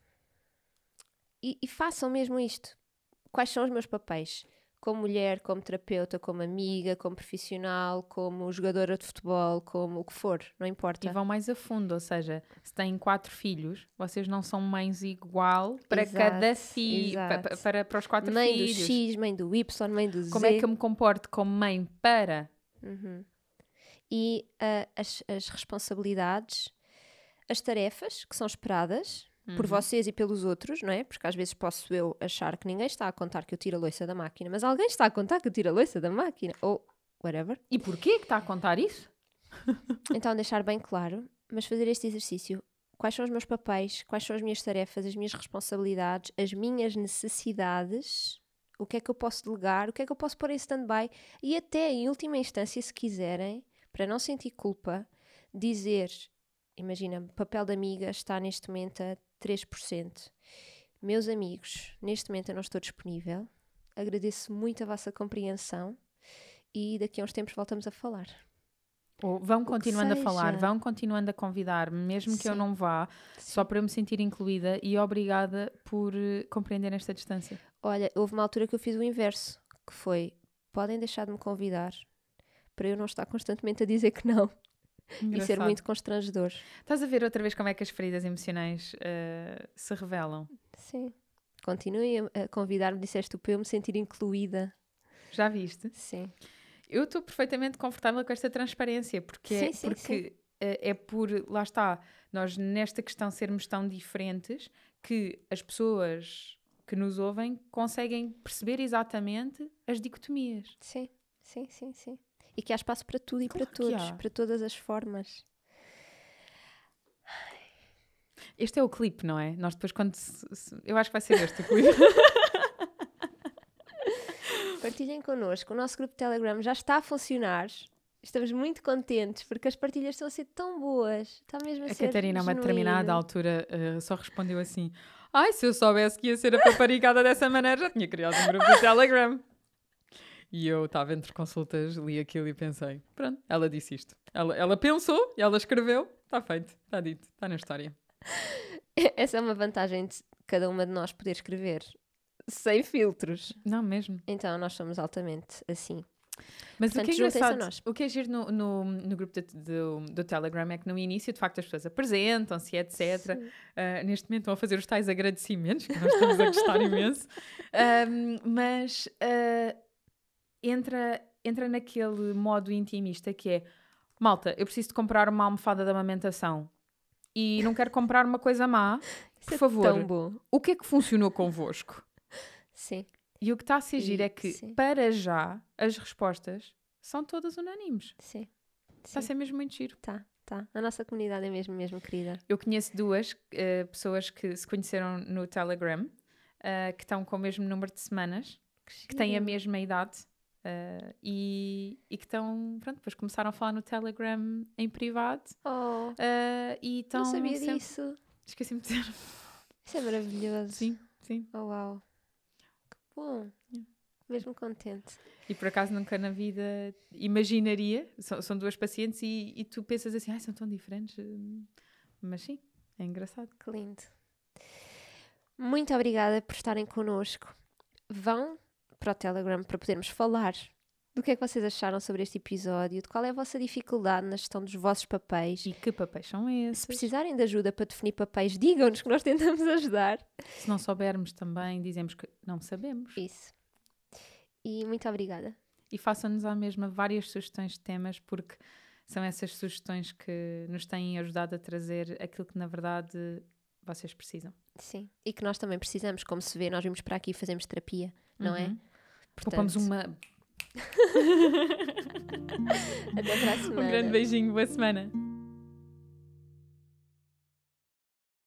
S2: e, e façam mesmo isto. Quais são os meus papéis? Como mulher, como terapeuta, como amiga, como profissional, como jogadora de futebol, como o que for, não importa.
S3: E vão mais a fundo, ou seja, se têm quatro filhos, vocês não são mães igual para
S2: Exato,
S3: cada filho,
S2: exato.
S3: para, para, para os quatro
S2: Mãe
S3: filhos.
S2: do X, mãe do Y, mãe do Z.
S3: Como é que eu me comporto como mãe para...
S2: Uhum. E ah, as, as responsabilidades, as tarefas que são esperadas por
S3: Uhum.
S2: vocês e pelos outros, não é? Porque às vezes posso eu achar que ninguém está a contar que eu tiro a louça da máquina, mas alguém está a contar que eu tiro a louça da máquina, ou whatever.
S3: E porquê que está a contar isso?
S2: Então deixar bem claro, mas fazer este exercício. Quais são os meus papéis? Quais são as minhas tarefas? As minhas responsabilidades? As minhas necessidades? O que é que eu posso delegar? O que é que eu posso pôr em stand-by? E até, em última instância, se quiserem, para não sentir culpa, dizer, imagina, papel de amiga está neste momento a três por cento. Meus amigos, neste momento eu não estou disponível. Agradeço muito a vossa compreensão e daqui a uns tempos voltamos a falar.
S3: Ou vão
S2: que
S3: continuando a falar,
S2: seja.
S3: vão continuando a convidar-me, mesmo que eu
S2: Sim.
S3: não vá, só para eu me sentir incluída, e obrigada por eh, compreender esta distância.
S2: Olha, houve uma altura que eu fiz o inverso, que foi, podem deixar de me convidar para eu não estar constantemente a dizer que não e ser
S3: Engraçado.
S2: muito constrangedor.
S3: Estás a ver outra vez como é que as feridas emocionais eh, se revelam?
S2: Sim. Continuem a, a convidar-me, disseste tu, para eu me sentir incluída.
S3: Já viste?
S2: Sim.
S3: Eu estou perfeitamente confortável com esta transparência, porque, é,
S2: Sim, sim,
S3: porque é, é por, lá está, nós nesta questão sermos tão diferentes, que as pessoas que nos ouvem conseguem perceber exatamente as dicotomias.
S2: Sim, sim, sim, sim. E que há espaço para tudo e
S3: Claro
S2: para
S3: que
S2: todos,
S3: há.
S2: para todas as formas.
S3: Este é o clipe, não é? Nós depois quando... se- se- eu acho que vai ser este o clipe.
S2: Partilhem connosco. O nosso grupo de Telegram já está a funcionar. Estamos muito contentes porque as partilhas estão a ser tão boas. Está mesmo a,
S3: A
S2: ser
S3: Catarina, a uma
S2: genuíno.
S3: determinada altura, eh, só respondeu assim: ai, se eu soubesse que ia ser apaparicada dessa maneira, já tinha criado um grupo de Telegram. E eu estava entre consultas, li aquilo e pensei, pronto, ela disse isto. Ela, ela pensou, ela escreveu, está feito, está dito, está na história.
S2: Essa é uma vantagem de cada uma de nós poder escrever sem filtros.
S3: Não, mesmo.
S2: Então nós somos altamente assim.
S3: Mas
S2: Portanto,
S3: o que é
S2: juntem-se a
S3: engraçado,
S2: nós.
S3: o que é giro no, no, no grupo de- do, do Telegram é que no início, de facto, as pessoas apresentam-se, etcétera. Uh, neste momento estão a fazer os tais agradecimentos, que nós estamos a gostar imenso. Um, mas uh, entra, entra naquele modo intimista que é, malta, eu preciso de comprar uma almofada de amamentação e não quero comprar uma coisa má,
S2: Isso
S3: por
S2: é
S3: favor,
S2: tão bom.
S3: o que é que funcionou convosco?
S2: Sim.
S3: E o que está a ser
S2: E-
S3: giro é que,
S2: sim.
S3: para já, as respostas são todas unânimes.
S2: Sim.
S3: Está a ser mesmo muito giro.
S2: Tá, tá. A nossa comunidade é mesmo, mesmo querida.
S3: Eu conheço duas eh, pessoas que se conheceram no Telegram, eh, que estão com o mesmo número de semanas, que têm a mesma idade eh, e, e que estão, pronto, depois começaram a falar no Telegram em privado
S2: Oh,
S3: eh, e estão
S2: não sabia
S3: sempre...
S2: disso.
S3: Esqueci-me de dizer.
S2: Isso é maravilhoso.
S3: Sim, sim.
S2: Oh, uau. Que bom. Mesmo contente.
S3: E por acaso nunca na vida imaginaria, são, são duas pacientes e, e tu pensas assim, ai, são tão diferentes, mas sim, é engraçado.
S2: Que lindo. Muito obrigada por estarem connosco. Vão para o Telegram para podermos falar do que é que vocês acharam sobre este episódio, de qual é a vossa dificuldade na gestão dos vossos papéis.
S3: E que papéis são esses?
S2: Se precisarem de ajuda para definir papéis, digam-nos que nós tentamos ajudar.
S3: Se não soubermos também, dizemos que não sabemos.
S2: Isso. E muito obrigada.
S3: E façam-nos à mesma várias sugestões de temas, porque são essas sugestões que nos têm ajudado a trazer aquilo que na verdade vocês precisam.
S2: Sim. E que nós também precisamos, como se vê, nós vimos para aqui e fazemos terapia, não é?
S3: Uhum.
S2: Portanto,
S3: Poupamos uma...
S2: até para a semana.
S3: um grande beijinho, boa semana.